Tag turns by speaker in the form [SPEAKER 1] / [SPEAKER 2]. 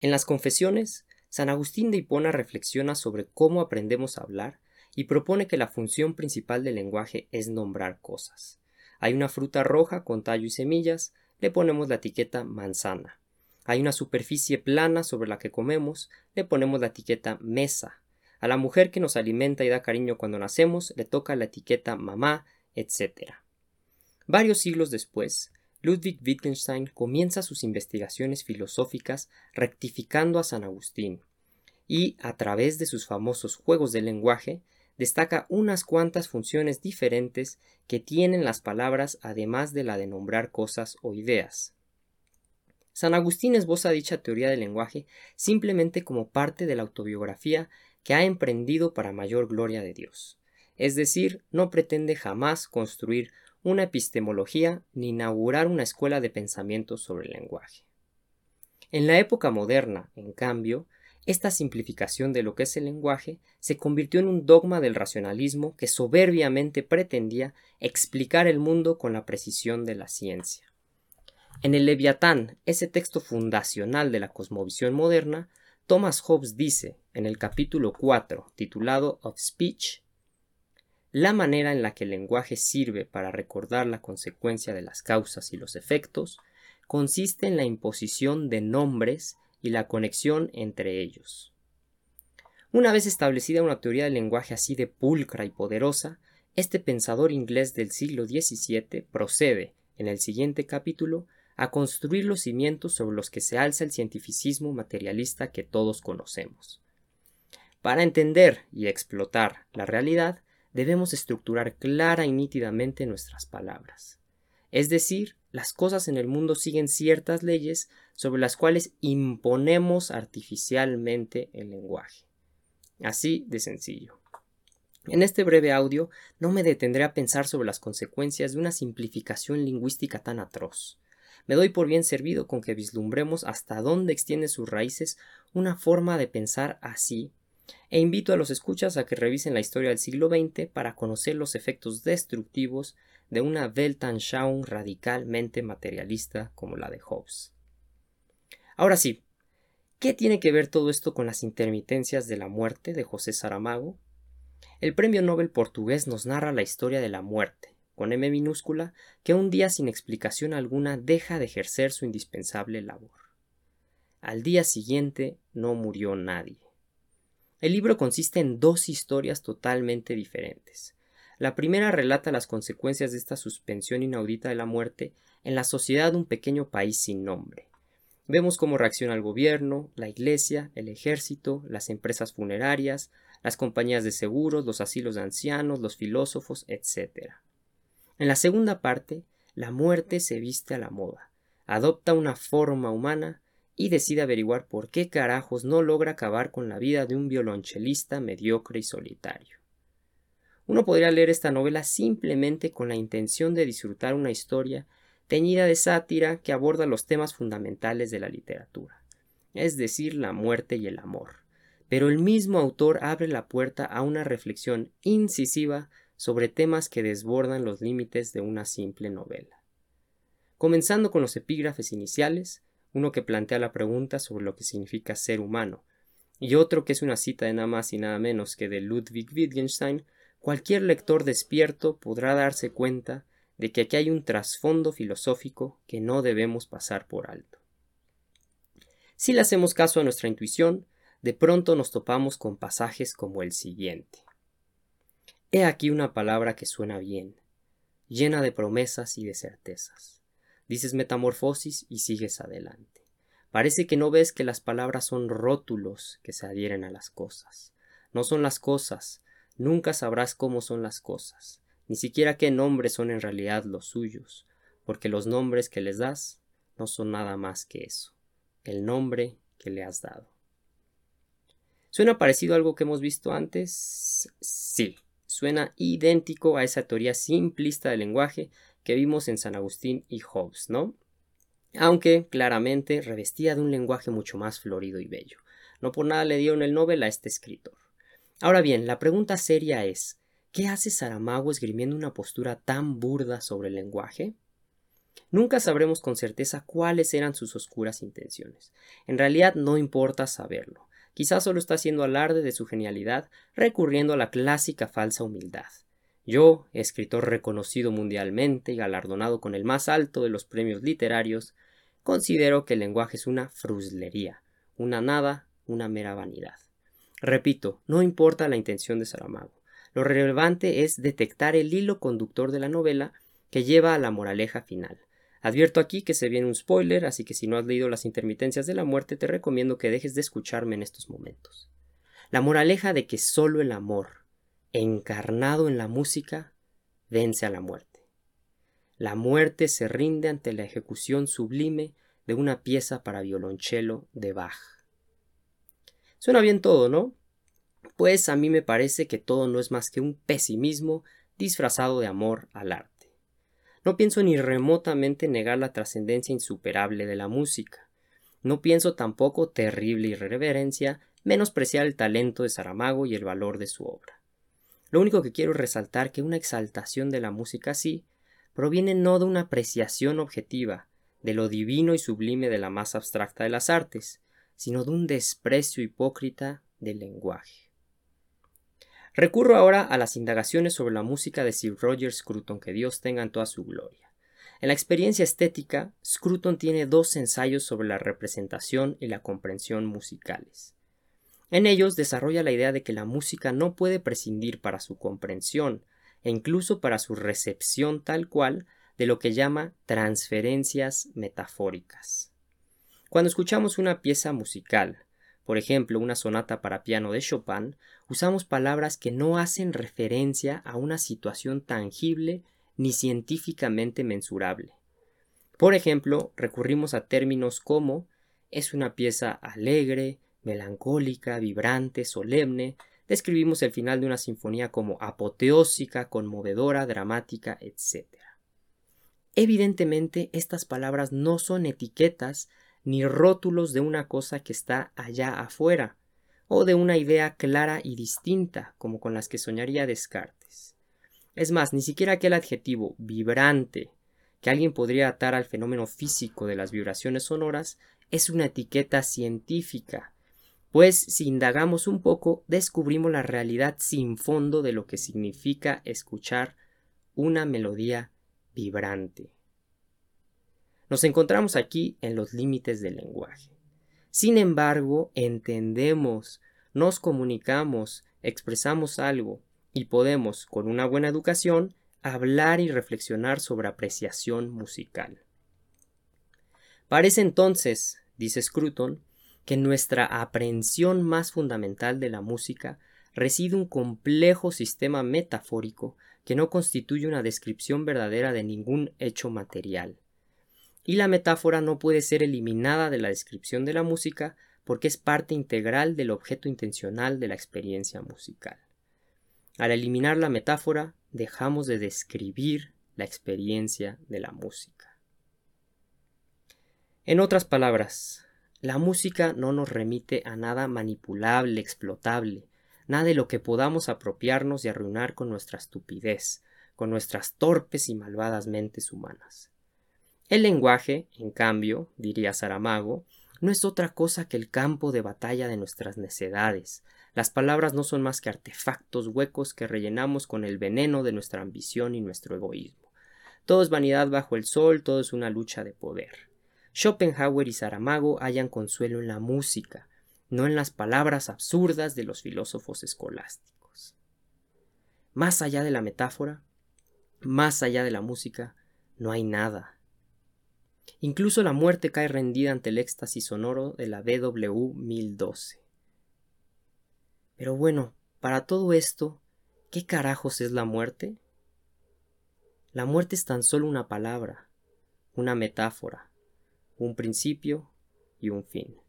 [SPEAKER 1] En las Confesiones, San Agustín de Hipona reflexiona sobre cómo aprendemos a hablar y propone que la función principal del lenguaje es nombrar cosas. Hay una fruta roja con tallo y semillas, le ponemos la etiqueta manzana. Hay una superficie plana sobre la que comemos, le ponemos la etiqueta mesa. A la mujer que nos alimenta y da cariño cuando nacemos, le toca la etiqueta mamá, etc. Varios siglos después, Ludwig Wittgenstein comienza sus investigaciones filosóficas rectificando a San Agustín y, a través de sus famosos juegos del lenguaje, destaca unas cuantas funciones diferentes que tienen las palabras además de la de nombrar cosas o ideas. San Agustín esboza dicha teoría del lenguaje simplemente como parte de la autobiografía que ha emprendido para mayor gloria de Dios. Es decir, no pretende jamás construir una epistemología ni inaugurar una escuela de pensamiento sobre el lenguaje. En la época moderna, en cambio, esta simplificación de lo que es el lenguaje se convirtió en un dogma del racionalismo que soberbiamente pretendía explicar el mundo con la precisión de la ciencia. En el Leviatán, ese texto fundacional de la cosmovisión moderna, Thomas Hobbes dice, en el capítulo 4, titulado Of Speech, la manera en la que el lenguaje sirve para recordar la consecuencia de las causas y los efectos consiste en la imposición de nombres y la conexión entre ellos. Una vez establecida una teoría del lenguaje así de pulcra y poderosa, este pensador inglés del siglo XVII procede, en el siguiente capítulo, a construir los cimientos sobre los que se alza el cientificismo materialista que todos conocemos. Para entender y explotar la realidad, debemos estructurar clara y nítidamente nuestras palabras. Es decir, las cosas en el mundo siguen ciertas leyes sobre las cuales imponemos artificialmente el lenguaje. Así de sencillo. En este breve audio no me detendré a pensar sobre las consecuencias de una simplificación lingüística tan atroz. Me doy por bien servido con que vislumbremos hasta dónde extiende sus raíces una forma de pensar así, e invito a los escuchas a que revisen la historia del siglo XX para conocer los efectos destructivos de una Weltanschauung radicalmente materialista como la de Hobbes. Ahora sí, ¿qué tiene que ver todo esto con las intermitencias de la muerte de José Saramago? El premio Nobel portugués nos narra la historia de la muerte, con M minúscula, que un día sin explicación alguna deja de ejercer su indispensable labor. Al día siguiente no murió nadie. El libro consiste en dos historias totalmente diferentes. La primera relata las consecuencias de esta suspensión inaudita de la muerte en la sociedad de un pequeño país sin nombre. Vemos cómo reacciona el gobierno, la iglesia, el ejército, las empresas funerarias, las compañías de seguros, los asilos de ancianos, los filósofos, etc. En la segunda parte, la muerte se viste a la moda, adopta una forma humana y decide averiguar por qué carajos no logra acabar con la vida de un violonchelista mediocre y solitario. Uno podría leer esta novela simplemente con la intención de disfrutar una historia teñida de sátira que aborda los temas fundamentales de la literatura, es decir, la muerte y el amor. Pero el mismo autor abre la puerta a una reflexión incisiva sobre temas que desbordan los límites de una simple novela. Comenzando con los epígrafes iniciales, uno que plantea la pregunta sobre lo que significa ser humano, y otro que es una cita de nada más y nada menos que de Ludwig Wittgenstein, cualquier lector despierto podrá darse cuenta de que aquí hay un trasfondo filosófico que no debemos pasar por alto. Si le hacemos caso a nuestra intuición, de pronto nos topamos con pasajes como el siguiente. He aquí una palabra que suena bien, llena de promesas y de certezas. Dices metamorfosis y sigues adelante. Parece que no ves que las palabras son rótulos que se adhieren a las cosas. No son las cosas, nunca sabrás cómo son las cosas, ni siquiera qué nombres son en realidad los suyos, porque los nombres que les das no son nada más que eso, el nombre que le has dado. ¿Suena parecido a algo que hemos visto antes? Sí, suena idéntico a esa teoría simplista del lenguaje que vimos en San Agustín y Hobbes, ¿no? Aunque, claramente, revestía de un lenguaje mucho más florido y bello. No por nada le dieron el Nobel a este escritor. Ahora bien, la pregunta seria es, ¿qué hace Saramago esgrimiendo una postura tan burda sobre el lenguaje? Nunca sabremos con certeza cuáles eran sus oscuras intenciones. En realidad no importa saberlo. Quizás solo está haciendo alarde de su genialidad, recurriendo a la clásica falsa humildad. Yo, escritor reconocido mundialmente y galardonado con el más alto de los premios literarios, considero que el lenguaje es una fruslería, una nada, una mera vanidad. Repito, no importa la intención de Saramago. Lo relevante es detectar el hilo conductor de la novela que lleva a la moraleja final. Advierto aquí que se viene un spoiler, así que si no has leído Las intermitencias de la muerte, te recomiendo que dejes de escucharme en estos momentos. La moraleja de que solo el amor, encarnado en la música, vence a la muerte. La muerte se rinde ante la ejecución sublime de una pieza para violonchelo de Bach. Suena bien todo, ¿no? Pues a mí me parece que todo no es más que un pesimismo disfrazado de amor al arte. No pienso ni remotamente negar la trascendencia insuperable de la música. No pienso tampoco, terrible irreverencia, menospreciar el talento de Saramago y el valor de su obra. Lo único que quiero es resaltar que una exaltación de la música así proviene no de una apreciación objetiva de lo divino y sublime de la más abstracta de las artes, sino de un desprecio hipócrita del lenguaje. Recurro ahora a las indagaciones sobre la música de Sir Roger Scruton, que Dios tenga en toda su gloria. En la experiencia estética, Scruton tiene 2 ensayos sobre la representación y la comprensión musicales. En ellos desarrolla la idea de que la música no puede prescindir para su comprensión e incluso para su recepción tal cual de lo que llama transferencias metafóricas. Cuando escuchamos una pieza musical, por ejemplo, una sonata para piano de Chopin, usamos palabras que no hacen referencia a una situación tangible ni científicamente mensurable. Por ejemplo, recurrimos a términos como es una pieza alegre, melancólica, vibrante, solemne. Describimos el final de una sinfonía como apoteósica, conmovedora, dramática, etc. Evidentemente, estas palabras no son etiquetas ni rótulos de una cosa que está allá afuera, o de una idea clara y distinta, como con las que soñaría Descartes. Es más, ni siquiera aquel adjetivo vibrante que alguien podría atar al fenómeno físico de las vibraciones sonoras es una etiqueta científica, pues si indagamos un poco, descubrimos la realidad sin fondo de lo que significa escuchar una melodía vibrante. Nos encontramos aquí en los límites del lenguaje. Sin embargo, entendemos, nos comunicamos, expresamos algo y podemos, con una buena educación, hablar y reflexionar sobre apreciación musical. Parece entonces, dice Scruton, que en nuestra aprehensión más fundamental de la música reside un complejo sistema metafórico que no constituye una descripción verdadera de ningún hecho material. Y la metáfora no puede ser eliminada de la descripción de la música porque es parte integral del objeto intencional de la experiencia musical. Al eliminar la metáfora, dejamos de describir la experiencia de la música. En otras palabras, la música no nos remite a nada manipulable, explotable, nada de lo que podamos apropiarnos y arruinar con nuestra estupidez, con nuestras torpes y malvadas mentes humanas. El lenguaje, en cambio, diría Saramago, no es otra cosa que el campo de batalla de nuestras necedades. Las palabras no son más que artefactos huecos que rellenamos con el veneno de nuestra ambición y nuestro egoísmo. Todo es vanidad bajo el sol, todo es una lucha de poder. Schopenhauer y Saramago hallan consuelo en la música, no en las palabras absurdas de los filósofos escolásticos. Más allá de la metáfora, más allá de la música, no hay nada. Incluso la muerte cae rendida ante el éxtasis sonoro de la BW 1012. Pero bueno, para todo esto, ¿qué carajos es la muerte? La muerte es tan solo una palabra, una metáfora, un principio y un fin.